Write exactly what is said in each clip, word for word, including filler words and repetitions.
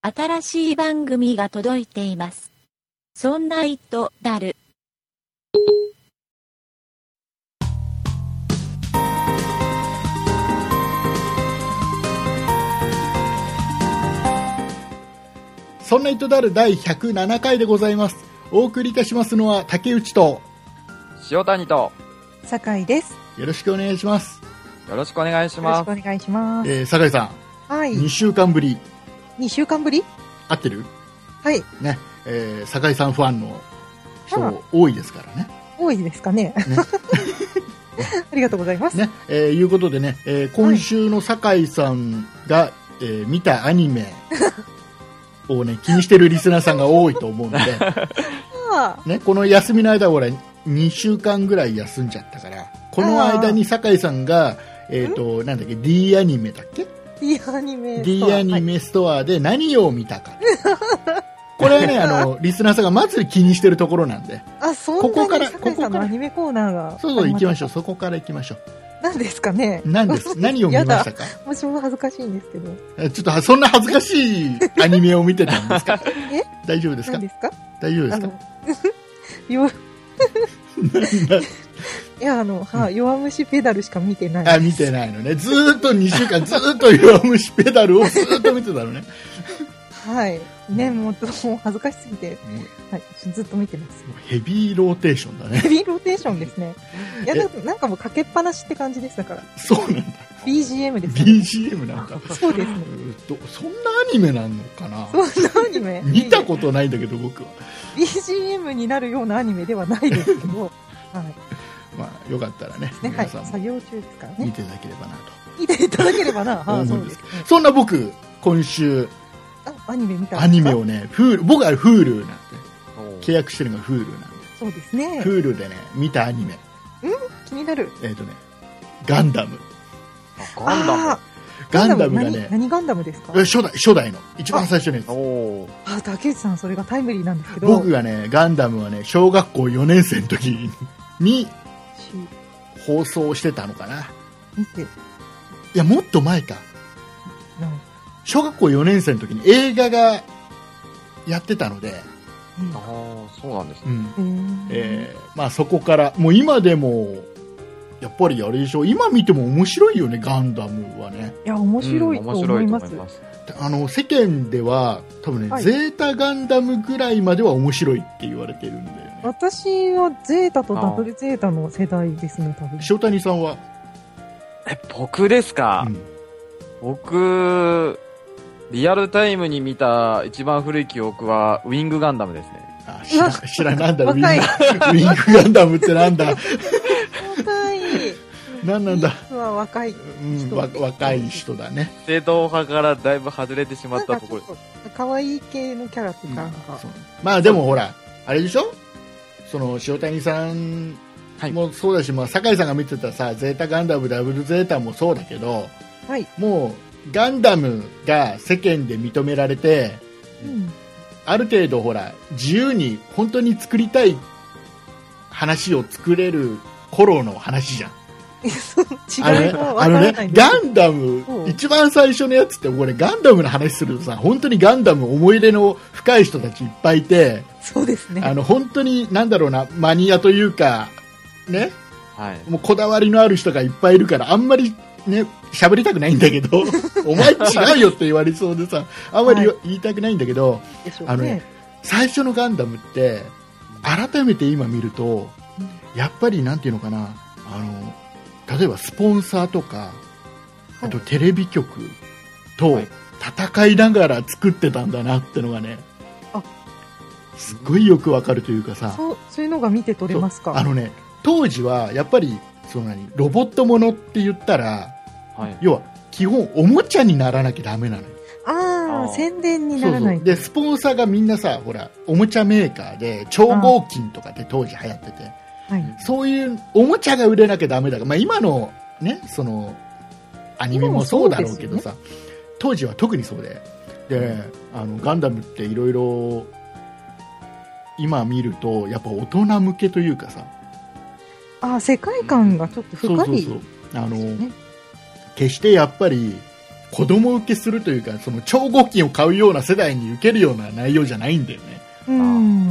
新しい番組が届いています。そんな糸だる。 そんな糸だるだいひゃくななかいでございます。お送りいたしますのは竹内と塩谷と酒井です。 よろしくお願いします。 よろしくお願いします。 よろしくお願いします。 えー、酒井さん、 はい。 にしゅうかんぶり。 にしゅうかんぶり？ 合ってる？ はい。 ね、えー、酒井さんファンの人多いですからね。 多いですかね。ねありがとうございます。 ね、えー、いうことでね、えー、今週の酒井さんが、はい、えー、見たアニメをね、気にしてるリスナーさんが多いと思うので、ね、この休みの間、俺、にしゅうかんぐらい休んじゃったから、この間に酒井さんが、えっと、なんだっけ、D アニメだっけ？ D アニメ D アニメストアで何を見たか。これはね、あの、リスナーさんがまず気にしてるところなんで。 あ、そんなにここから、 酒井さんのアニメコーナーが。 そうそう、行きましょう。そこから行きましょう。 何ですかね。 何です。何を見ましたか。 私も恥ずかしいんですけど。 ちょっと、そんな恥ずかしいアニメを見てたんですか？ え大丈夫ですか？ 何ですか？ 大丈夫ですか？ よいや、あの、は、弱虫ペダルしか見てない。 あ、見てないのね。ずーっとにしゅうかんずーっと弱虫ペダルをずーっと見てたのね。 はい。ね、もう、もう恥ずかしすぎて、はい、ずっと見てます。 ヘビーローテーションだね。 ヘビーローテーションですね。いや、なんかもうかけっぱなしって感じでしたから。 そうなんだ。 ビージーエム です、 ね。ビージーエム なんだ。 そうですね。 そんなアニメなのかな。 そんなアニメ見たことないんだけど、僕は。 ビージーエム になるようなアニメではないですけど、はい。 まあ、よかったらね。 ね、はい。作業中ですからね。 見ていただければなと。 見ていただければな。はあ、そうです、ね。 そんな僕、今週、 アニメ見たんですか？ アニメをね、フール、僕は Hulu なんで、契約してるのが Hulu なんで。 そうですね。 Hulu でね、見たアニメ。 うん気になる。 えっとね、ガンダム。 ガンダムガンダムがね、 何ガンダムですか？ 初代、初代の、一番最初のやつ。 あ、竹内さん、それがタイムリーなんですけど。 僕がね、ガンダムはね、小学校よねん生の時に、放送してたのかな。 見て。いや、もっと前か。小学校よねん生の時に映画がやってたので、 うん、ああ、そうなんですね。 うん、えー、まあそこからもう今でもやっぱりあれでしょ、今見ても面白いよね、ガンダムはね。 いや面白いと思います。うん、いますあの世間では多分ね、はい、ゼータガンダムぐらいまでは面白いって言われてるんだよね。 私はゼータとダブルゼータの世代ですね、多分。 塩谷さんは？ え、僕ですか？うん、僕リアルタイムに見た一番古い記憶はウィングガンダムですね。 あ、知らん、知らん、なんだろう、ウィング、ウィングガンダムってなんだ。 若い。 なんなんだ。 は若い、 うん、わ若い人だね。 正統派からだいぶ外れてしまったところ。 可愛い系のキャラとかなんか、 うん、まあでもほら、あれでしょ、その塩谷さんもそうだし、はい、まあ酒井さんが見てたさ、ゼータガンダム、ダブルゼータもそうだけど、はい、もう、ガンダムが世間で認められて、うん、ある程度ほら自由に本当に作りたい話を作れる頃の話じゃん。 違いは分からないんです。 あのね、ガンダム一番最初のやつってこれガンダムの話するとさ、本当にガンダム思い入れの深い人たちいっぱいいて、 そうですね。あの本当になんだろうな、マニアというかね、はい、もうこだわりのある人がいっぱいいるからあんまりね、喋りたくないんだけどお前違うよって言われそうでさ、あんまり言いたくないんだけど、はい、あのね、最初のガンダムって改めて今見ると、やっぱりなんていうのかな、あの例えばスポンサーとか、あとテレビ局と戦いながら作ってたんだなってのがね、あ、すごいよくわかるというかさ、 そう、そういうのが見て取れますか？ あのね、当時はやっぱりその何ロボットものって言ったら、はい、要は基本おもちゃにならなきゃダメなのよ。 ああ、宣伝にならない。 そうそうでスポンサーがみんなさ、ほらおもちゃメーカーで超合金とかって当時流行ってて、はい、そういうおもちゃが売れなきゃダメだから、まあ、今のね、そのアニメもそうだろうけどさ、ね、当時は特にそうで、であのガンダムっていろいろ今見るとやっぱ大人向けというかさ、 あ、世界観がちょっと深い、 そうそうそう、あの、ね、決してやっぱり子供受けするというか、その超合金を買うような世代に受けるような内容じゃないんだよね。 うん。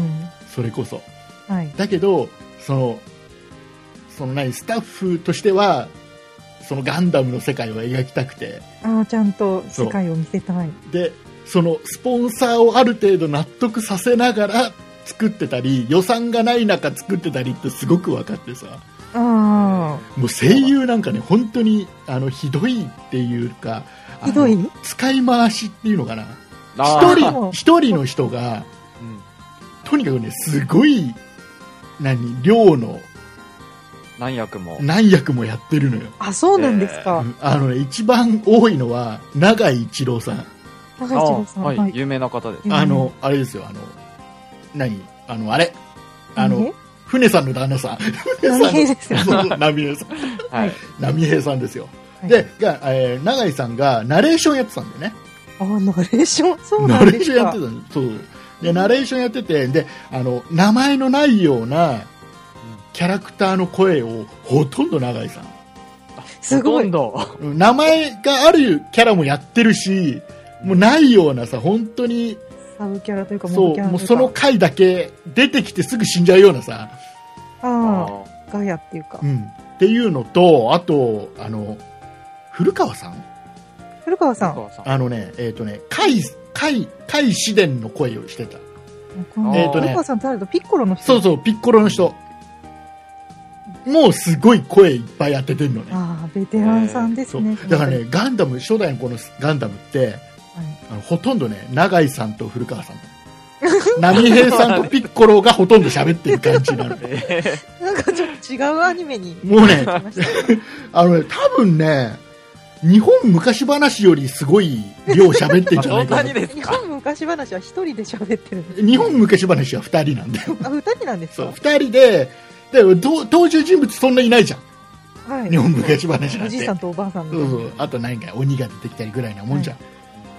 それこそ。 はい。 だけど、その、その何、スタッフとしては、そのガンダムの世界を描きたくて。 ああ、ちゃんと世界を見せたい。 で、そのスポンサーをある程度納得させながら作ってたり、予算がない中作ってたりってすごく分かってさ。 ああ。 もう声優なんかね、本当に、あの、ひどいっていうか、 ひどい？ 使い回しっていうのかな。一人、一人の人が、うん、とにかくね、すごい、何、量の、 何役も。 何役もやってるのよ。 あ、そうなんですか。 えー、あのね、一番多いのは、永井一郎さん。 永井一郎さん。 はい、はい、有名な方です。 あの、あれですよ、あの、何あの、あれあの、船さんの旦那さん。 波平ですよ。 波平さん。はい。波平さんですよ。で、が、えー、永井さんがナレーションやってたんだよね。 あ、ナレーションそうなんですか。ナレーションやってたんです。 そう。で、ナレーションやってて、で、あの、名前のないようなキャラクターの声をほとんど永井さん。 すごい。 名前があるキャラもやってるし、もうないようなさ、本当に、 サブキャラというかモブキャラというか、そう、もうその回だけ出てきてすぐ死んじゃうようなさ。 ああ、ガヤっていうか。 うん。っていうのと、あと、あの、古川さん古川さん。 あのね、えっ、ー、とね、海、海、海紫伝の声をしてた。 えっとね、古川さん誰だ？ピッコロの人。 そうそう、ピッコロの人。もうすごい声いっぱい当ててんのね。 ああ、ベテランさんですね。 だからね、ガンダム、初代のこのガンダムって、はい、あのほとんどね、永井さんと古川さん。波平さんとピッコロがほとんど喋ってる感じなので。 なんかちょっと違うアニメに。 もうね、あのね、多分ね、日本昔話よりすごい量喋ってんじゃないかな。 日本昔話は一人で喋ってるんです。 日本昔話は二人なんだよ。 あ、二人なんですか？ そう、二人で、で、登場人物そんないないじゃん。はい。日本昔話なんて。 おじいさんとおばあさんそうそう。あと何か鬼が出てきたりぐらいなもんじゃん。はい、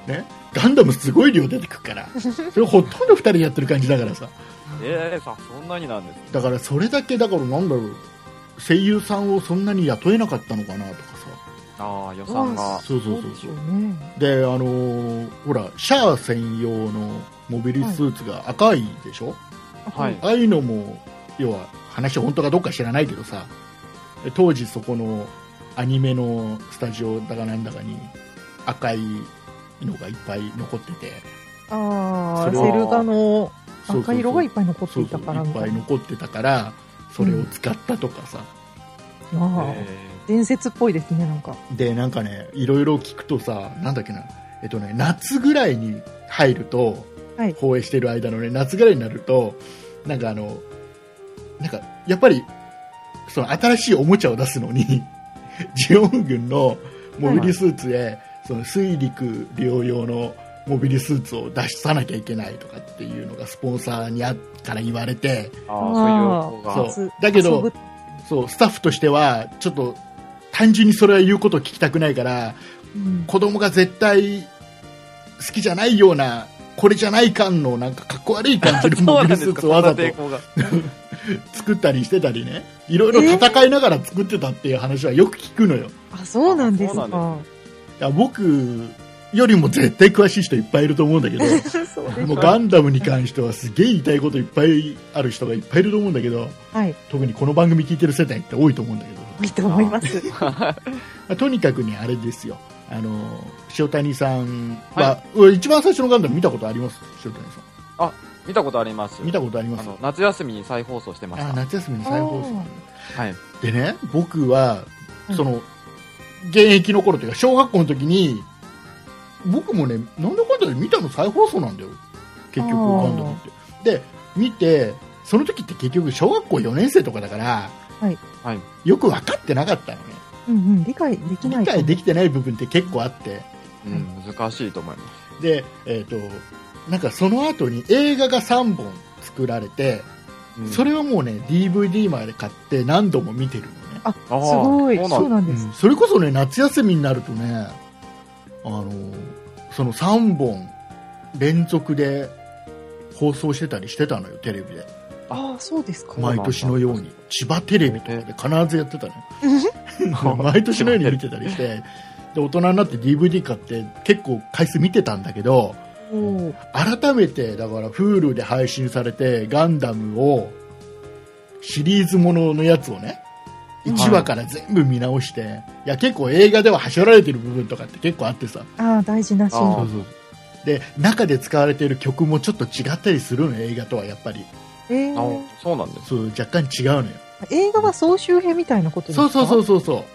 ね。ガンダムすごい量出てくるから。それほとんど二人やってる感じだからさ。 ええー、さ、そんなになんですね。 だからそれだけ、だからなんだろう、声優さんをそんなに雇えなかったのかなとかさ。 ああ、予算が。 そうそうそうそう。で、あのー、ほら、シャア専用のモビルスーツが赤いでしょ？はい。ああいうのも、要は、話本当かどうか知らないけどさ、当時そこのアニメのスタジオだかなんだかに赤いのがいっぱい残ってて。 ああ、セル画の赤色がいっぱい残っていたから。 そうそうそう、いっぱい残ってたから、それを使ったとかさ。 うん、ああ。伝説っぽいですね、なんか。 で、なんかね、いろいろ聞くとさ、なんだっけな、えっとね、夏ぐらいに入ると、はい、放映してる間のね、夏ぐらいになると、なんかあの、なんか、やっぱり、その新しいおもちゃを出すのに、ジオン軍のモビルスーツで、はい、その水陸両用のモビルスーツを出さなきゃいけないとかっていうのがスポンサーにあから言われて、 ああ、そういうそう。だけど、そう、スタッフとしては、ちょっと、単純にそれは言うことを聞きたくないから、うん、子供が絶対好きじゃないような、これじゃない感のなんかかっこ悪い感じのモビルスーツをわざと作ったりしてたりね、いろいろ戦いながら作ってたっていう話はよく聞くのよ。 えー、あ、そうなんですか。 いや、僕よりも絶対詳しい人いっぱいいると思うんだけど、もうガンダムに関してはすげえ言いたいこといっぱいある人がいっぱいいると思うんだけど、はい、特にこの番組聞いてる世代って多いと思うんだけど、 いいと思います。 とにかくね、あれですよ。あの、塩谷さんは、はい、一番最初のガンダム見たことあります？塩谷さん。 あ、見たことあります。 見たことあります。あの、 夏休みに再放送してました。 あ、夏休みに再放送。 はい。 でね、僕は、その、現役の頃というか、小学校の時に、僕もね、なんだかんだで見たの再放送なんだよ。結局、ガンダムって。で、見て、その時って結局、小学校よねん生とかだから、はい。はい。よく分かってなかったのね。 うんうん、理解できない。 理解できてない部分って結構あって。 うん、難しいと思います。 で、えっと、なんかその後に映画がさんぼん作られて、うん、それはもうね、ディーブイディー まで買って何度も見てるのね。 あ、すごい。そうなんです、うん。 それこそね、夏休みになるとね、あの、そのさんぼん連続で放送してたりしてたのよ、テレビで。 ああ、そうですか。 毎年のように。千葉テレビとかで必ずやってたのよ。毎年のように見てたりして、 で大人になって ディーブイディー 買って結構回数見てたんだけど、改めてだから Hulu で配信されてガンダムをシリーズもののやつをねいちわから全部見直して、はい、いや結構映画でははしょられてる部分とかって結構あってさ、 ああ大事なシーン。 そうそうで中で使われている曲もちょっと違ったりするの、映画とはやっぱり。 えー、 あそうなんです。 そう若干違うのよ。 映画は総集編みたいなことですか？ そうそうそうそうそう、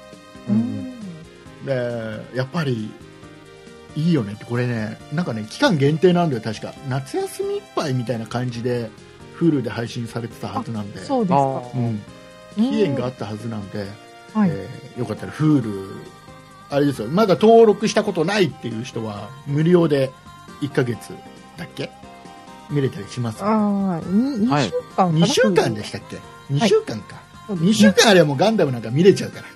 うん、 でやっぱりいいよねって。これねなんかね期間限定なんだよ確か。夏休みいっぱいみたいな感じで Hulu で配信されてたはずなんで。 そうですか、 うん、期限があったはずなんで、 はい、 えー、よかったら Hulu あれですよ、まだ登録したことないっていう人は無料でいっかげつだっけ見れたりします。 ああ、にしゅうかんかな、 にしゅうかんでしたっけ。にしゅうかんか、はい、にしゅうかんあればもうガンダムなんか見れちゃうから。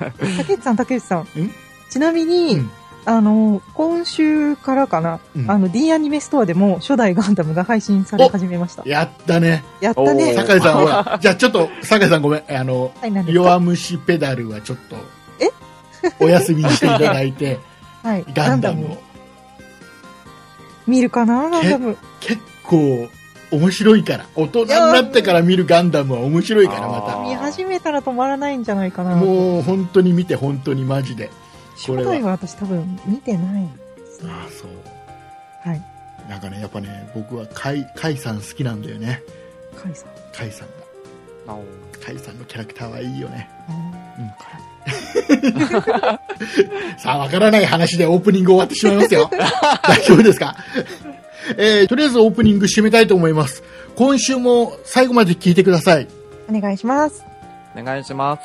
竹内さん竹内さん、ちなみに、うん、あの今週からかな、うん、あの D アニメストアでも初代ガンダムが配信され始めました。 やったねやったね。 酒井さんほらじゃあちょっと酒井さんごめん、あの、はい、弱虫ペダルはちょっとえお休みにしていただいて、 はい、 ガンダムを見るかな。ガンダム結構面白いから、大人になってから見るガンダムは面白いから、また見始めたら止まらないんじゃないかな。 もう本当に見て、本当にマジで。 初代は私多分見てないですね。 ああそうはい。 なんかねやっぱね僕はカイカイさん好きなんだよね。 カイさんカイさんがカイさんのキャラクターはいいよね。 うん、 さあわからない話でオープニング終わってしまいますよ。大丈夫ですか。えー、とりあえずオープニング締めたいと思います。今週も最後まで聞いてください。 お願いします。 お願いします。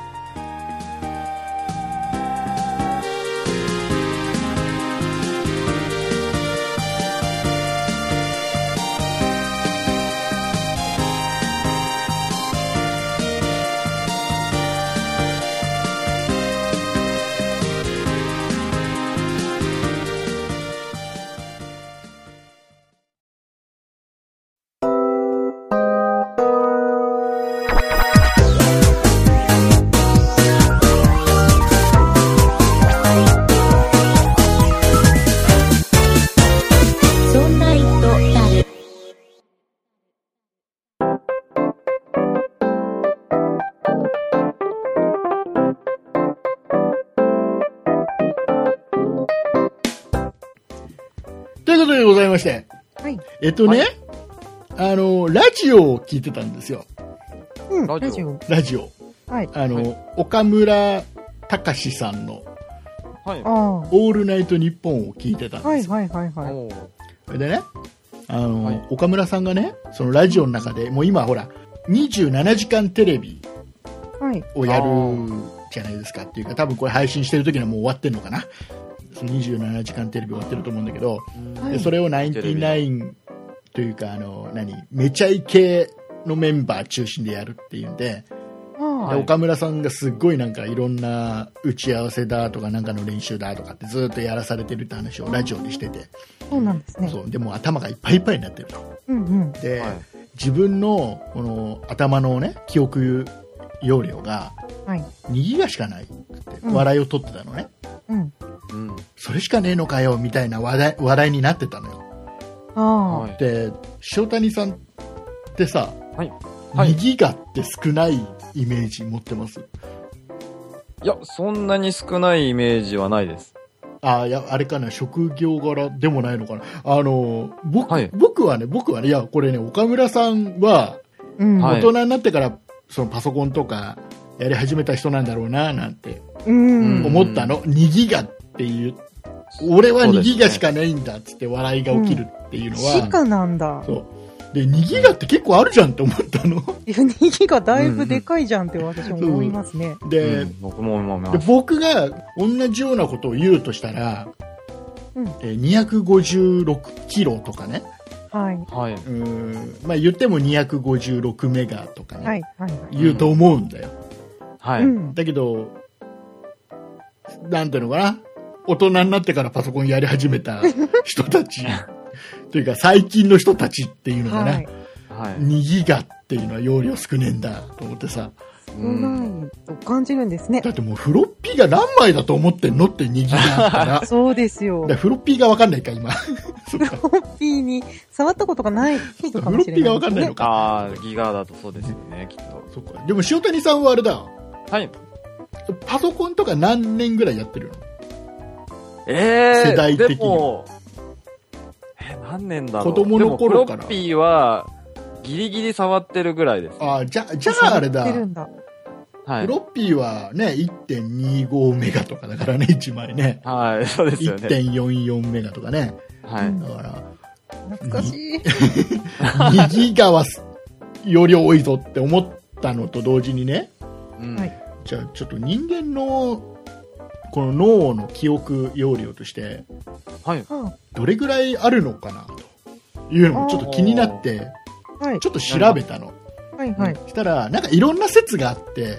でございまして、 はい、 えっとね、はい、あのラジオを聞いてたんですよ。 うん、ラジオラジオ、 はい、 あの、 はい、 岡村隆史さんの、 はい、 オールナイトニッポンを聞いてたんですよ。 はいはいはいはい。 それでね、あの、はい、岡村さんがね、そのラジオの中でもう今ほらにじゅうななじかんテレビをやるじゃないですか。っていうか多分これ配信してる時にはもう終わってるのかな。にじゅうななじかんテレビ終わってると思うんだけど、はい、でそれをナインティナインというかあの何めちゃイケのメンバー中心でやるっていうんで、 はい、 で岡村さんがすっごいなんかいろんな打ち合わせだとかなんかの練習だとかってずっとやらされてるって話をラジオでしてて、 そうなんですね。 そうでも頭がいっぱいいっぱいになってると、 うんうん、 で、 はい、 自分のこの頭のね記憶容量がにギガしかないって笑いを取ってたのね、 うんうん、 それしかねえのかよみたいな話題、話題になってたのよ。 あで塩谷さんってさ、 はいはい、 にギガって少ないイメージ持ってます？ いやそんなに少ないイメージはないです。 あいやあれかな、職業柄でもないのかな。あの 僕,、はい、僕はね僕はねいやこれね岡村さんは大人になってからそのパソコンとかやり始めた人なんだろうななんて思ったの。にギガっていう俺はにギガしかないんだっつって笑いが起きるっていうのは、 しかなんだ。 そうでにギガって結構あるじゃんって思ったの。 いやにギガだいぶでかいじゃんって私も思いますね。 で、 うん、僕も思います。 で僕が同じようなことを言うとしたら、 うん、 えにひゃくごじゅうろくキロとかね、 はい、 はい、 うんまあ言ってもにひゃくごじゅうろくメガとかね、 はいはいはい、 言うと思うんだよ。 はい、 うん、 だけどなんていうのかな、大人になってからパソコンやり始めた人たちというか最近の人たちっていうのがね、 はい、 にギガっていうのは容量少ねえんだと思ってさ、 少ないと感じるんですね。 だってもうフロッピーが何枚だと思ってんのってにギガあったら。 そうですよ。 だフロッピーが分かんないか、今。 フロッピーに触ったことがない人かもしれない、ね。 フロッピーが分かんないのか。 ああ、ギガだとそうですよね、きっと。 そっか。でも塩谷さんはあれだ。 はい。 パソコンとか何年ぐらいやってるの？ えー、 世代的に。 でも、え、何年だろう。 子供の頃から。 フロッピーは、ギリギリ触ってるぐらいです、ね。 ああ、じゃ、じゃああれだ。 はい、 フロッピーはね、いってんにご メガとかだからね、いちまいね。 はい、そうですよね。 いってんよんよん メガとかね。 はい。 だから、 懐かしい。 にギガは容量多いぞって思ったのと同時にね。 うん、 じゃあちょっと人間のこの脳の記憶容量として、 はい。 どれぐらいあるのかなというのもちょっと気になって、ちょっと調べたの。 はいはい。 そしたら、なんかいろんな説があって、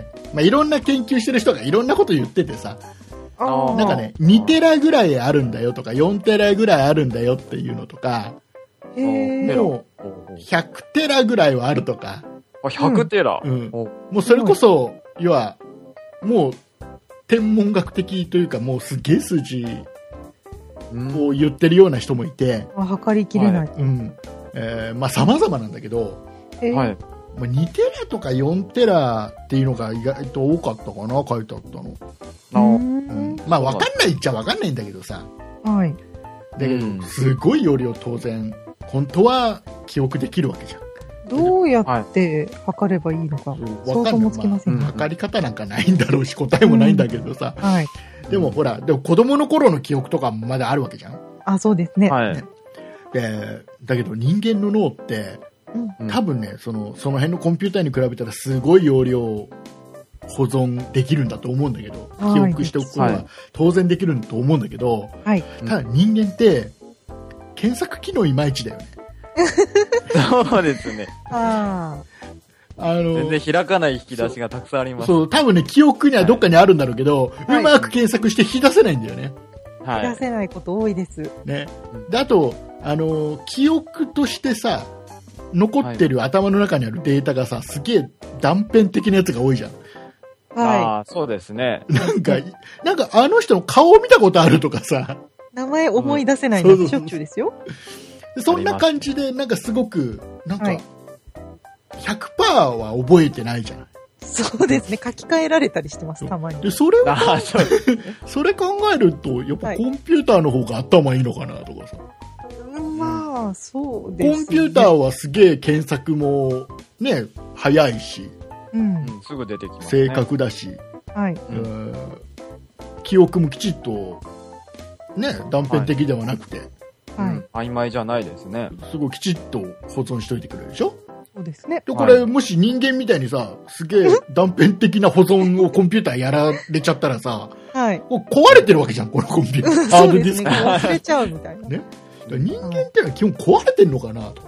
まあ、いろんな研究してる人がいろんなこと言っててさ、なんかね、にテラぐらいあるんだよとか、よんテラぐらいあるんだよっていうのとか、もうひゃくテラぐらいはあるとか。 あ、ひゃくテラ、 うん、もうそれこそ、要は、もう、天文学的というか、もうすげえ数字を言ってるような人もいて、 うん、測りきれない。 うん。えー、まあ様々なんだけど、 えー、はい。 まあ、にテラとかよんテラっていうのが意外と多かったかな、書いてあったの。 うんうん、まあ分かんないっちゃ分かんないんだけどさ。 はい。 だけど、すごい容量当然、本当は記憶できるわけじゃん。 どうやって測ればいいのか、想像もつきません、 まあ、測り方なんかないんだろうし、答えもないんだけどさ。 うん、はい。 でもほら、でも子供の頃の記憶とかもまだあるわけじゃん。 あ、そうですね。 はい。 ねで、だけど人間の脳って、うん、多分ね、その、その辺のコンピューターに比べたらすごい容量保存できるんだと思うんだけど、記憶しておくことは当然できると思うんだけど、 はい、 ただ人間って検索機能いまいちだよね。 そうですね。 ああの全然開かない引き出しがたくさんあります。 そう、多分ね、記憶にはどっかにあるんだろうけど、はい、うまく検索して引き出せないんだよね。 はい。引き出せないこと多いです。 ね。で、あと、あの、記憶としてさ、残ってる頭の中にあるデータがさ、すげえ断片的なやつが多いじゃん。 はい。 ああ、そうですね。 なんか、なんかあの人の顔を見たことあるとかさ。 名前思い出せないのってしょっちゅうですよ。 そんな感じで、なんかすごく、なんか、ひゃくパーセント は覚えてないじゃない。 そうですね。書き換えられたりしてます、たまに。 で、それを、それ考えると、やっぱコンピューターの方が頭いいのかなとかさ。 はい、まあ、そうですね。 コンピューターはすげえ検索も、ね、早いし。 うん。 すぐ出てきますね。 正確だし。 はい。 記憶もきちっと、ね、断片的ではなくて。 はい。 うん、曖昧じゃないですね。 すごいきちっと保存しといてくれるでしょ。 そうですね。 で、これ、はい、もし人間みたいにさ、すげえ断片的な保存をコンピューターやられちゃったらさ、 はい。 壊れてるわけじゃん、このコンピューター。ハードディスク。 忘れちゃうみたいな。 ね。人間ってのは基本壊れてんのかなと。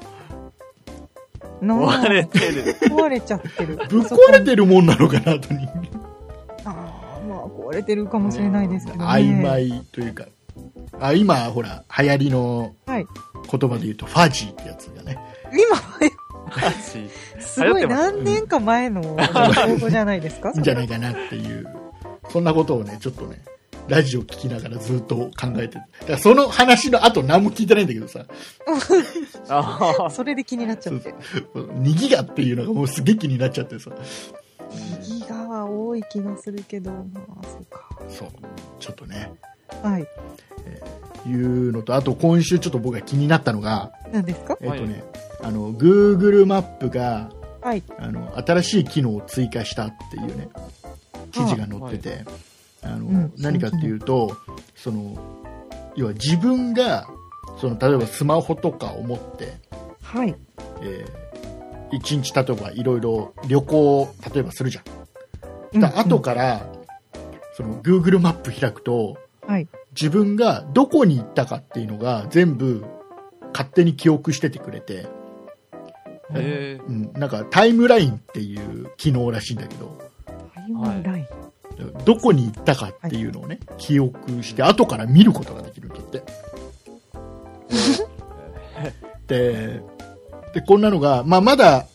壊れてる。 壊れちゃってる。 ぶっ壊れてるもんなのかなと、人間。 ああ、まあ壊れてるかもしれないですけどね。 曖昧というか。あ、今、ほら、流行りの言葉で言うと、ファジーってやつがね。 今、 ファジー。 すごい何年か前の情報じゃないですか。 いいんじゃないかなっていう。そんなことをね、ちょっとね、ラジオ聞きながらずっと考えてる。だからその話の後何も聞いてないんだけどさ。 それで気になっちゃって。 にギガっていうのがもうすげえ気になっちゃってさ。 にギガは多い気がするけど、まあ、そうか。 そう。ちょっとね。 はい。 えー、いうのと、あと今週ちょっと僕が気になったのが、 何ですか？ えっ、ー、とね、あの、Google マップが、 はい。 あの、新しい機能を追加したっていうね、記事が載ってて、はい、あの、うん、何かっていうと、その、要は自分が、その、例えばスマホとかを持って、 はい。 えー、一日例えばいろいろ旅行、例えばするじゃん。だ、うん、後から、その、Google マップ開くと、 はい。 自分がどこに行ったかっていうのが全部勝手に記憶しててくれて、 へうん、なんかタイムラインっていう機能らしいんだけど、 タイムライン、 どこに行ったかっていうのをね、はい、記憶して後から見ることができるんだってで, でこんなのが、まあ、まだ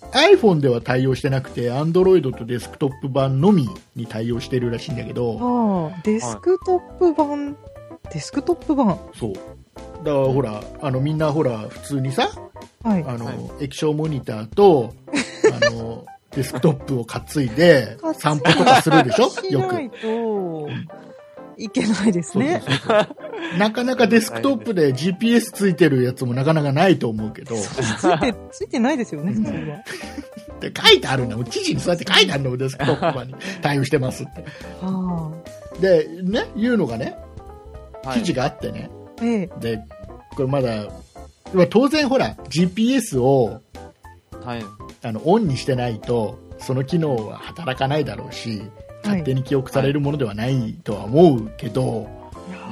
iPhone では対応してなくて Android とデスクトップ版のみに対応してるらしいんだけど、 ああ、デスクトップ版、はい、デスクトップ版、 そうだからほらあのみんなほら普通にさ、はい、あの、はい、液晶モニターとあのデスクトップを担いで散歩とかするでしょよく。 いけないですね。 そうそうそうなかなかデスクトップで ジーピーエス ついてるやつもなかなかないと思うけど。ついて、ついてないですよね、普通は。 で書いてあるんだもん。記事にそうやって書いてあるのもデスクトップ版に対応してますって。はあ、で、ね、いうのがね、記事があってね。はい、で、これまだ、当然ほら、ジーピーエス を、はい、あの、オンにしてないと、その機能は働かないだろうし、勝手に記憶されるものではないとは思うけど、はい、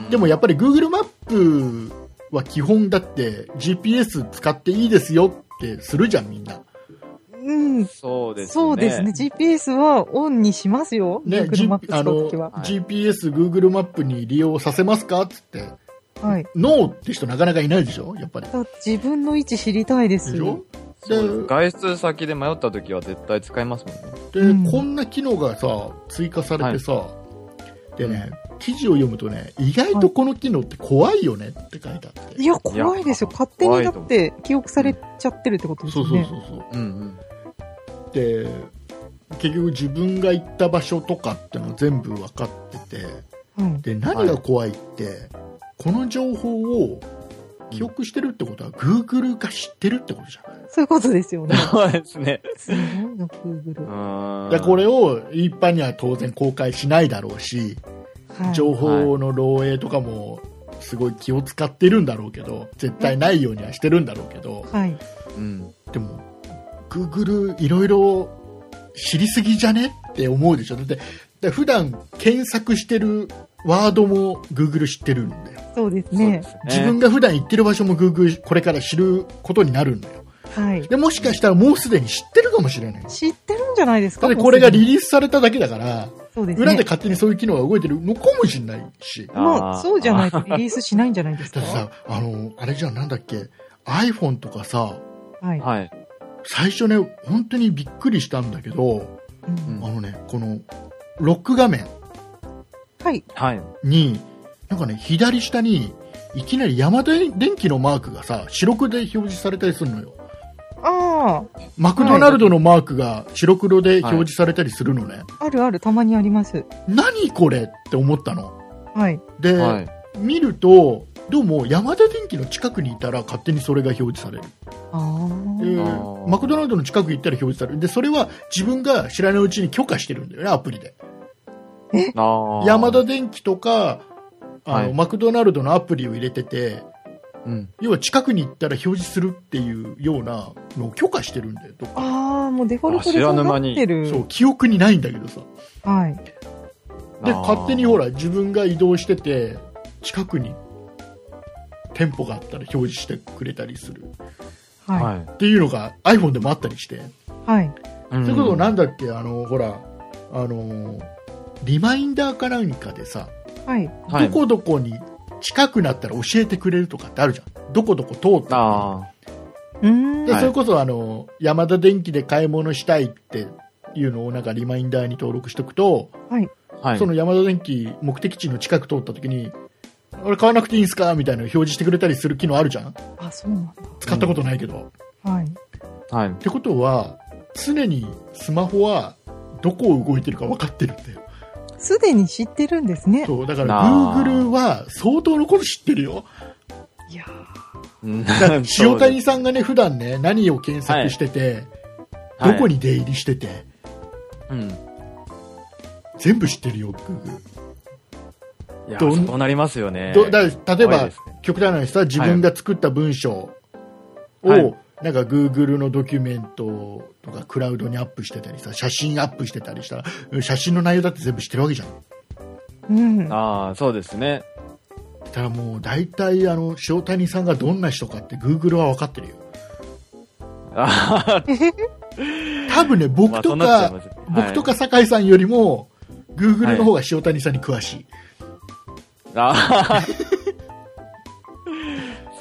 でもやっぱり Google マップは基本だって ジーピーエス 使っていいですよってするじゃんみんな。 うん、そうですね。そうですね。ジーピーエス はオンにしますよ。ね、Google マップ使うときは。 あの、ジーピーエス、Google マップに利用させますかっつって。はい。ノーって人なかなかいないでしょやっぱり。 自分の位置知りたいですよ。 で外出先で迷った時は絶対使いますもんね。 で、うん、こんな機能がさ追加されてさ、はい、でね記事を読むとね意外とこの機能って怖いよねって書いてあって、 いや怖いですよ。勝手にだって記憶されちゃってるってことですよね。 そうそうそうそう、うんうん、で結局自分が行った場所とかっての全部分かってて、うん、で何が怖いって、はい、この情報を記憶してるってことは Google が知ってるってことじゃん。 そういうことですよね。 そうですね。 すごいな Google。 でこれを一般には当然公開しないだろうし、はい、情報の漏洩とかもすごい気を使ってるんだろうけど、絶対ないようにはしてるんだろうけど、はい、うん、でも Google いろいろ知りすぎじゃねって思うでしょ。だってで普段検索してるワードも Google 知ってるんだよ。 そうですね。 自分が普段行ってる場所も Google これから知ることになるんだよ。はい。でもしかしたらもうすでに知ってるかもしれない。 知ってるんじゃないですか。 だってこれがリリースされただけだから、そうですね、裏で勝手にそういう機能が動いてるのかもしれないし。 まあそうじゃないとリリースしないんじゃないですか。 だってさ、あのあれじゃんなんだっけ iPhone とかさ、はい。最初ね本当にびっくりしたんだけど、うん、あのねこのロック画面。 はい。 に、なんかね、左下に、いきなりヤマダ電機のマークがさ、白黒で表示されたりするのよ。 ああ。 マクドナルドのマークが白黒で表示されたりするのね。はい、 あるある、たまにあります。 何これって思ったの。 はい。 で、はい、見ると、どうもヤマダ電機の近くにいたら勝手にそれが表示される。 あでマクドナルドの近くに行ったら表示される。で、それは自分が知らないうちに許可してるんだよね、アプリで。 えヤマダ電機とかあの、はい、マクドナルドのアプリを入れてて、うん、要は近くに行ったら表示するっていうようなのを許可してるんだよ。 ああ、もうデフォルトでそうなってる。 そう、記憶にないんだけどさ。 はい。 で、勝手にほら、自分が移動してて、近くに店舗があったら表示してくれたりする。はい。っていうのが iPhone でもあったりして。 はい。 そういうことなんだっけ、あの、ほら、あの、リマインダーか何かでさ、 はい、 どこどこに近くなったら教えてくれるとかってあるじゃん。どこどこ通ったら。 うん。で、それこそあの、ヤマダ電機で買い物したいっていうのをなんかリマインダーに登録しておくと、 はい。 そのヤマダ電機目的地の近く通った時に、あれ買わなくていいんすかみたいなのを表示してくれたりする機能あるじゃん。 あ、そうなんだ。 使ったことないけど。 うん、はい。 はい。 ってことは、常にスマホはどこを動いてるか分かってるんだよ。 すでに知ってるんですね。 そう、だから Google は相当のこと知ってるよ。 いやー。塩谷さんがね、普段ね、何を検索してて、はい、どこに出入りしてて、はい、うん。全部知ってるよ、Google。 いや、そうなりますよね。 どだ例えば、ね、極端な話さ、自分が作った文章を、はい、なんか Google のドキュメントとかクラウドにアップしてたりさ、写真アップしてたりしたら、写真の内容だって全部知ってるわけじゃん。 うん。 ああ、そうですね。 だからもう大体あの塩谷さんがどんな人かって Google は分かってるよ。 あ多分ね、僕とか、まあはい、僕とか酒井さんよりも Google の方が塩谷さんに詳しい。 はい、ああ。そう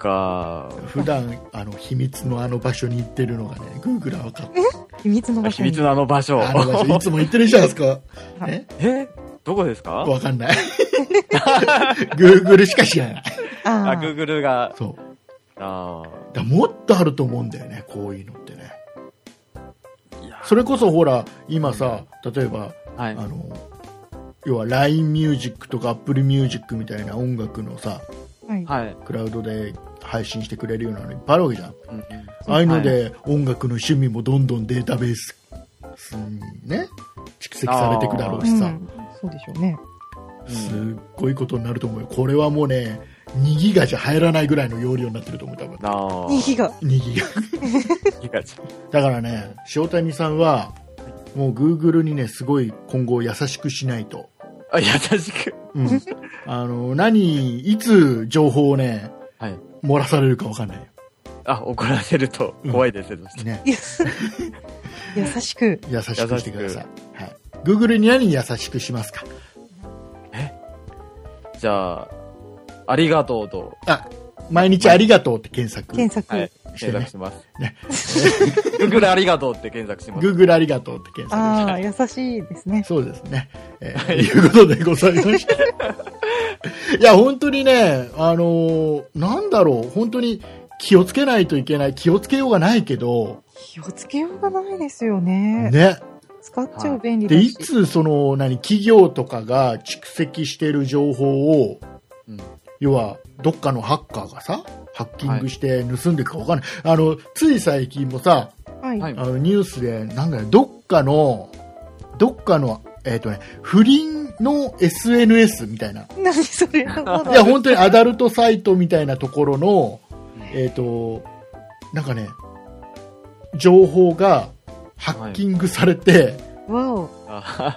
か。 普段、あの、秘密のあの場所に行ってるのがね、Google は分かって。 秘密の場所。 秘密のあの場所。 あの場所、いつも行ってるじゃないですか。 ええどこですか？ わかんない。Google しか知らない。 ああ、Google が。 そう。 ああ。もっとあると思うんだよね、こういうのってね。それこそほら、今さ、例えば、はい、あの、要は ライン ミュージックとか Apple ミュージックみたいな音楽のさ、はい、クラウドで配信してくれるようなのいっぱいあるわけじゃん。うんうん、ああいうので、はい、音楽の趣味もどんどんデータベースにね、蓄積されていくだろうしさ。うん、 そうでしょうね。 すっごいことになると思うよ。これはもうね、にギガじゃ入らないぐらいの容量になってると思う、多分。 にギガ。 にギガ。だからね、塩谷さんは、もう Google にね、すごい今後優しくしないと。 あ、優しく。 うん。あの、何、いつ情報をね、はい、漏らされるか分かんないよ。 あ、怒らせると怖いですよ、うん、 ね。 優しく。 優しくしてください。はい。Google に何優しくしますか？ えじゃあ、ありがとうと。 あ、毎日ありがとうって検索。 検索。 はい。検索してます。ね。Google ありがとうって検索してます。 Google ありがとうって検索してます。 ああ、優しいですね。 そうですね。えー、ということでございました。いや、本当にね、あのー、なんだろう、本当に気をつけないといけない、気をつけようがないけど。 気をつけようがないですよね。 ね。 使っちゃう便利だし。 で、いつ、その、何、企業とかが蓄積している情報を、うん、要は、どっかのハッカーがさ、ハッキングして盗んでいくか分かんない。はい、あの、つい最近もさ、はい、あのニュースで、なんだよ、どっかの、どっかの、えっとね、不倫の エスエヌエス みたいな。 何それいや、本当にアダルトサイトみたいなところの、えっと、なんかね、情報がハッキングされて、 はい、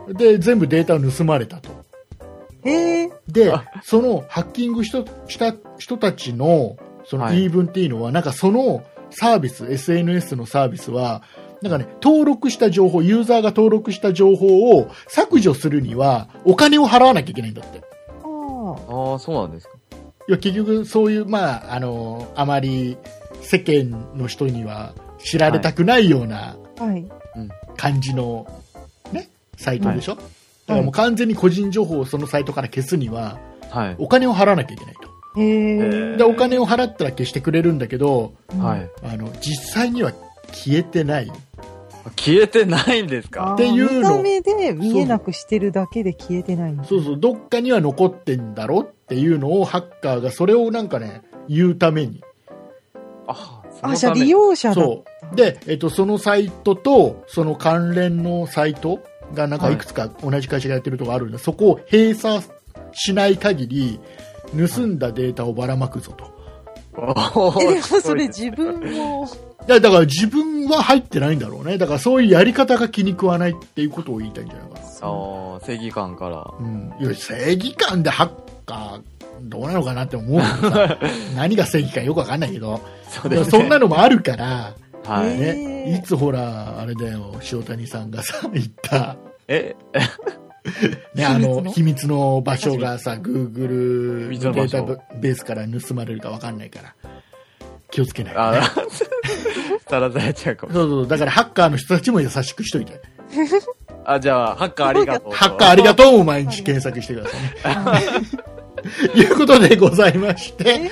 で、全部データを盗まれたと。 えー、 で、そのハッキングした人たちのその言い分っていうのは、はい、なんかそのサービス、エスエヌエス のサービスは、なんかね、登録した情報、ユーザーが登録した情報を削除するにはお金を払わなきゃいけないんだって。 ああ、そうなんですか。 いや、結局そういう、まあ、あの、あまり世間の人には知られたくないような感じの、ね、サイトでしょ、はい、だからもう完全に個人情報をそのサイトから消すには、はい、お金を払わなきゃいけないと。 へで、お金を払ったら消してくれるんだけど、 はい、 あの実際には消えてない。 消えてないんですか？ っていうの。 見た目で見えなくしてるだけで消えてないんです。 そうそう、どっかには残ってんだろっていうのをハッカーがそれをなんかね、言うために。 あ、 あ、じゃあ利用者だ。 そう。で、えっと、そのサイトとその関連のサイトがなんかいくつか同じ会社がやってるとこあるんで、はい、そこを閉鎖しない限り盗んだデータをばらまくぞと。 はい、えでもそれ自分もいやだから自分は入ってないんだろうね。だからそういうやり方が気に食わないっていうことを言いたいんじゃないかな。 ああ、正義感から。 うん。いや正義感でハッカーどうなのかなって思うけどさ何が正義かよくわかんないけど、そうですね、そんなのもあるから。 はい。 ね、いつほらあれだよ、塩谷さんがさ言ったえね、あの秘密の場所がさ Google データベースから盗まれるか分かんないから気をつけない、ね、 あさらされちゃうかも。 そうそう、だからハッカーの人たちも優しくしといてあ、じゃあハッカーありがとう。 ハッカーありがとうを毎日検索してくださいねということでございまして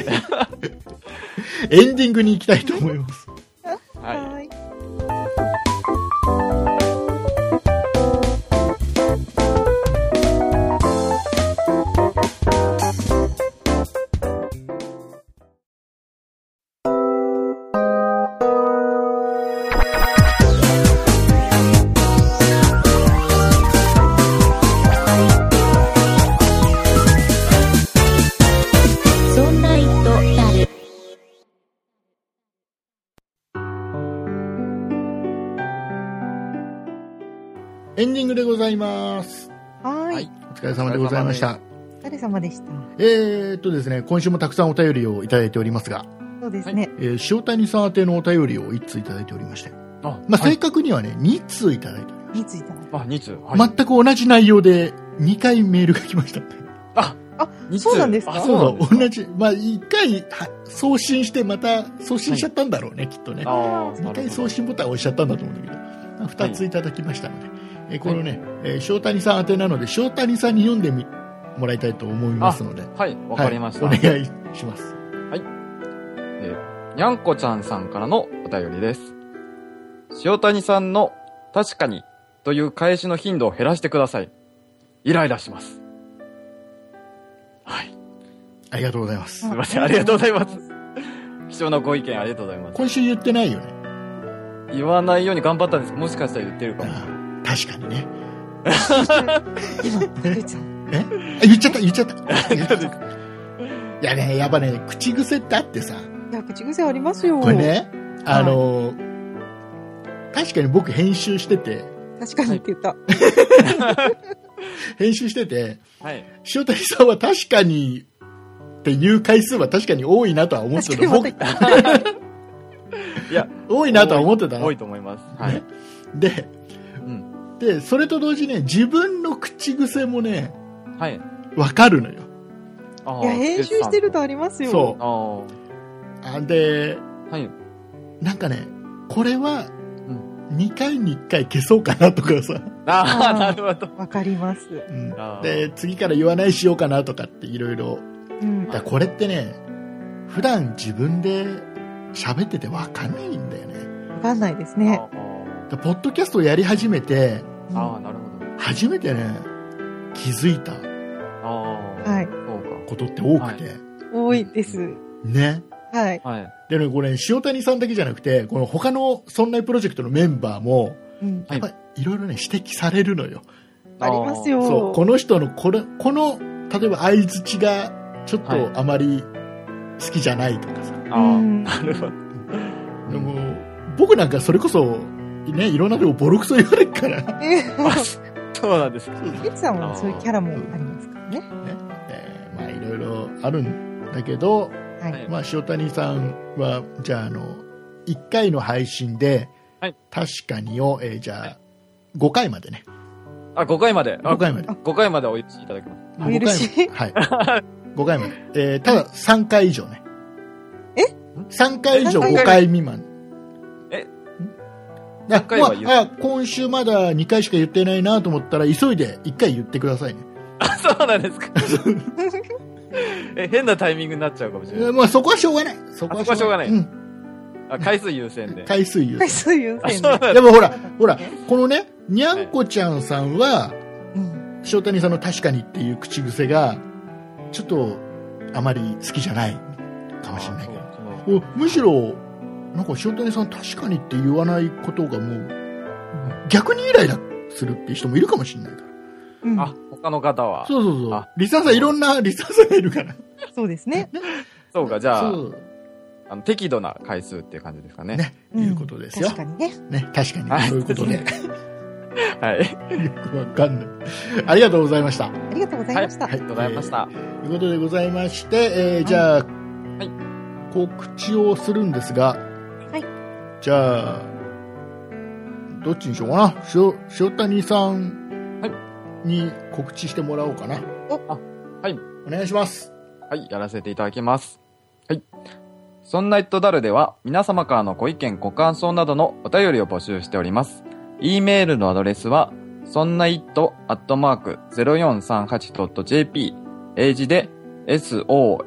エンディングに行きたいと思います。 はい。 エンディングでございます。 はい。 お疲れ様でございました。 お疲れ様でした。 えーっとですね、今週もたくさんお便りをいただいておりますが、 そうですね。 えー、塩谷さん宛てのお便りをいっついただいておりまして、あ、まあ、正確にはね、に通いただいております。 に通いただいて。 あ、に通。 はい、全く同じ内容でにかいメールが来ました。 あ、 あ、そうなんですか？ そうそう、同じ。まあ、一回送信して、また送信しちゃったんだろうね、はい、きっとね。二回送信ボタンを押しちゃったんだと思うんだけど、二ついただきましたので、はい、えこのね、はい、えー、塩谷さん宛てなので、塩谷さんに読んでみもらいたいと思いますので。 はい、わかりました、 はい。お願いします。 はい。えー、にゃんこちゃんさんからのお便りです。塩谷さんの確かにという返しの頻度を減らしてください。イライラします。はい。 ありがとうございます。 すみません、ありがとうございます。貴重なご意見ありがとうございます。 今週言ってないよね。 言わないように頑張ったんですけど、もしかしたら言ってるかも。 確かにね。 今、竹内さん。 え言っちゃった、言っちゃった。言っちゃった。いやね、やっぱね、口癖ってあってさ。 いや、口癖ありますよ。 これね、あの、はい、確かに僕編集してて。 確かにって言った。 編集してて、 はい、 塩谷さんは確かにっていう回数は確かに多いなとは思ってた。僕いや、 多いなとは思ってたの。 多いと思います。はい。 で、うん、で、それと同時にね、自分の口癖もね、 はい。 わかるのよ。 いや、編集してるとありますよ。 そう。あで、 はい。 なんかね、これは、にかいにいっかい消そうかなとかさ。 ああ、なるほど。 わかります、 うん。で、次から言わないしようかなとかっていろいろ。だこれってね、普段自分で喋っててわかんないんだよね。 わかんないですね。 だポッドキャストをやり始めて、 ああ、なるほど。 初めてね、気づいた。 ああ、はい。 ことって多くて。はい、 多いです。 ね。 はい。 はい。 でね、これ、塩谷さんだけじゃなくて、この他のそんなプロジェクトのメンバーも、うん、やっぱりいろいろね、指摘されるのよ。 ありますよ。 そう、この人のこれ、この、例えば相槌がちょっとあまり好きじゃないとかさ。 ああ、なるほど。 でも、僕なんかそれこそ、ね、いろんなとこボロクソ言われるから。 そうなんですか。 ケツさんはそういうキャラもありますからね。ね。 えー、まあ、いろいろあるんだけど、はい、まあ、塩谷さんは、じゃあ、あの、いっかいの配信で、はい、確かにを、えー、じゃあ、はい、ごかいまでね。 あ、ごかいまで。 ごかいまで。 ごかいまでお許しいただきます。 お許しはい。ごかいまで。えー、ただ、さんかい以上ね。 え ? さんかい以上ごかい未満。 えあ、まあ、あ、今週まだにかいしか言ってないなと思ったら、急いでいっかい言ってくださいね。 あ、そうなんですか。え、変なタイミングになっちゃうかもしれない。 まあ、そこはしょうがない。そこはしょうがない。 うん。 あ、回数優先で。 回数優先。 回数優先で。 でもほら、ほら、このね、にゃんこちゃんさんは、塩谷さんの確かにっていう口癖が、ちょっと、あまり好きじゃないかもしれないけど。むしろ、なんか塩谷さん確かにって言わないことがもう、逆にイライラするっていう人もいるかもしれないから。 うん、あ、他の方は。 そうそうそう。リサさん、いろんなリサさんがいるから。 そうですね。 そうか、じゃあ、あの適度な回数っていう感じですかね。 ね、うん、いうことですよ。 確かにね。 ね、確かに、はい、そういうことで。 はい。 よくわかんない。ありがとうございました。ありがとうございました。 はい、ありがとうございました。 えー、ということでございまして、えー、じゃあ、はい、告知をするんですが、 はい。 じゃあ、どっちにしようかな。塩、塩谷さんに告知してもらおうかな。 お、あ、はい。 お願いします。 はい、やらせていただきます。はい。そんなイットダルでは皆様からのご意見ご感想などのお便りを募集しております。e メールのアドレスはそんないっとアットマーク ゼロよんさんはちドットジェーピー 英字で sonnait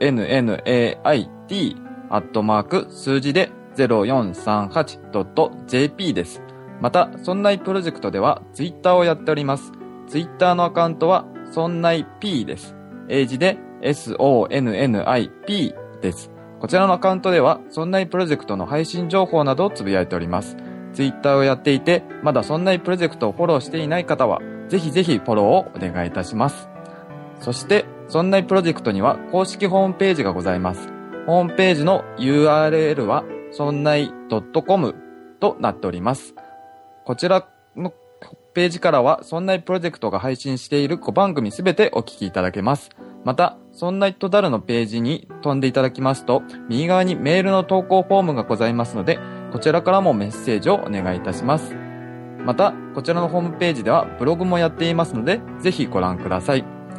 アットマーク数字で ゼロよんさんはちドットジェーピー です。また、そんないプロジェクトではツイッターをやっております。ツイッターのアカウントはそんない P です。英字で ソンナイピー です。こちらのアカウントでは、そんないプロジェクトの配信情報などをつぶやいております。ツイッターをやっていて、まだそんないプロジェクトをフォローしていない方は、ぜひぜひフォローをお願いいたします。そして、そんないプロジェクトには公式ホームページがございます。ホームページの ユーアールエル は、そんない .com となっております。こちらのページからは、そんないプロジェクトが配信しているご番組すべてお聞きいただけます。また、そんないとダルのページに飛んでいただきますと、右側にメールの投稿フォームがございますので、こちらからもメッセージをお願いいたします。また、こちらのホームページではブログもやっていますので、ぜひご覧ください。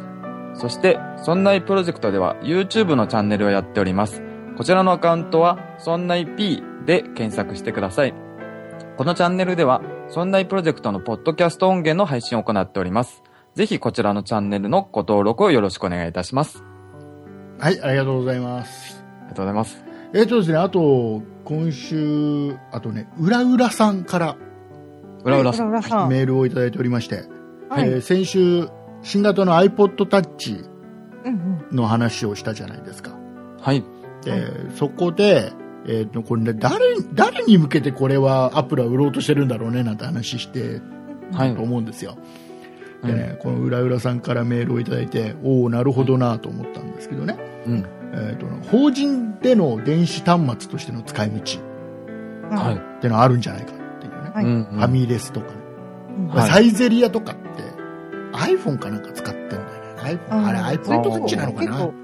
そして、そんないプロジェクトでは YouTube のチャンネルをやっております。こちらのアカウントは、そんない P で検索してください。このチャンネルでは、そんないプロジェクトのポッドキャスト音源の配信を行っております。ぜひこちらのチャンネルのご登録をよろしくお願いいたします。 はい、ありがとうございます。 ありがとうございます。 えーとですね、あと、今週、あとね、うらうらさんから、 うらうらさん、 メールをいただいておりまして、はい、えー、先週、新型の iPod Touch の話をしたじゃないですか。 はい。 で、そこで、えーと、これね、誰、誰に向けてこれはアップルは売ろうとしてるんだろうね、なんて話して、はい、と思うんですよ。でね、このうらうらさんからメールをいただいて、おお、なるほどなと思ったんですけどね。うん。えーと、法人での電子端末としての使い道。はい。ってのあるんじゃないかっていうね。はい、ファミレスとかね。はい、サイゼリアとかって iPhone かなんか使ってんだよね。iPhone、あれ iPod Touch なのかな。うん、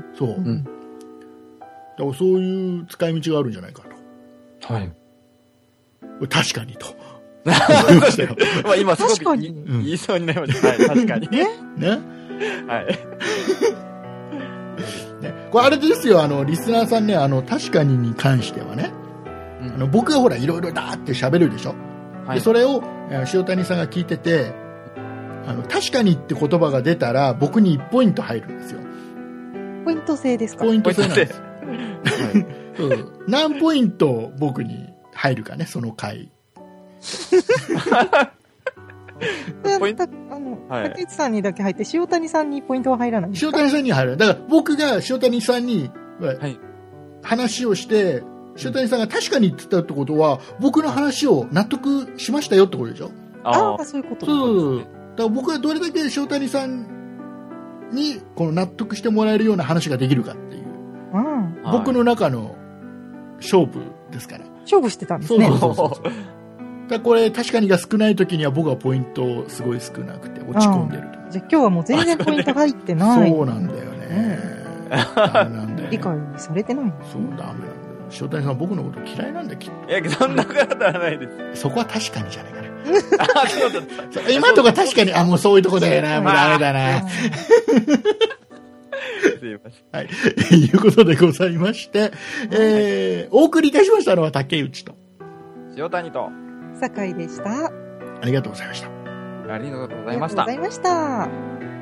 そう。うん、だからそういう使い道があるんじゃないかと。はい。確かにと。 思いましたよ。まあ今すごく言いそうになりました。はい、確かに。ね。ね。はい。 ね、これあれですよ、あの、リスナーさんね、あの、確かにに関してはね、うん、あの僕がほら、いろいろだーって喋るでしょ。はい、で、それを、塩谷さんが聞いてて、あの、確かにって言葉が出たら、僕にいちポイント入るんですよ。 ポイント制ですか？ ポイント制なんです。はい、そう。何ポイント僕に入るかね、その回。 ポイント、あの、はい、竹内さんにだけ入って、塩谷さんにポイントは入らないんですか？ 塩谷さんには入らない。だから僕が塩谷さんに、はい、話をして、塩谷さんが確かに言ってたってことは、僕の話を納得しましたよってことでしょ？ ああ、そういうこと。 そう。だから僕がどれだけ塩谷さんにこの納得してもらえるような話ができるかっていう、うん、僕の中の勝負ですから。 勝負してたんですね。そうそうそうそう。 だこれ確かにが少ない時には僕はポイントすごい少なくて落ち込んでると。 じゃあ今日はもう全然ポイント入ってない。 そうなんだよね。ダメなんだよね。 理解されてない。 そう、ダメなんだよ。塩谷さん僕のこと嫌いなんだよきっと。 いや、そんなことはないです。 そこは確かにじゃないかな。あ、そうだった。今とか確かに、あ、もうそういうとこだよな。もうダメだな。すいません。はい。いうことでございまして、えー、お送りいたしましたのは竹内と塩谷と酒井でした。 ありがとうございました。 ありがとうございました。 ありがとうございました。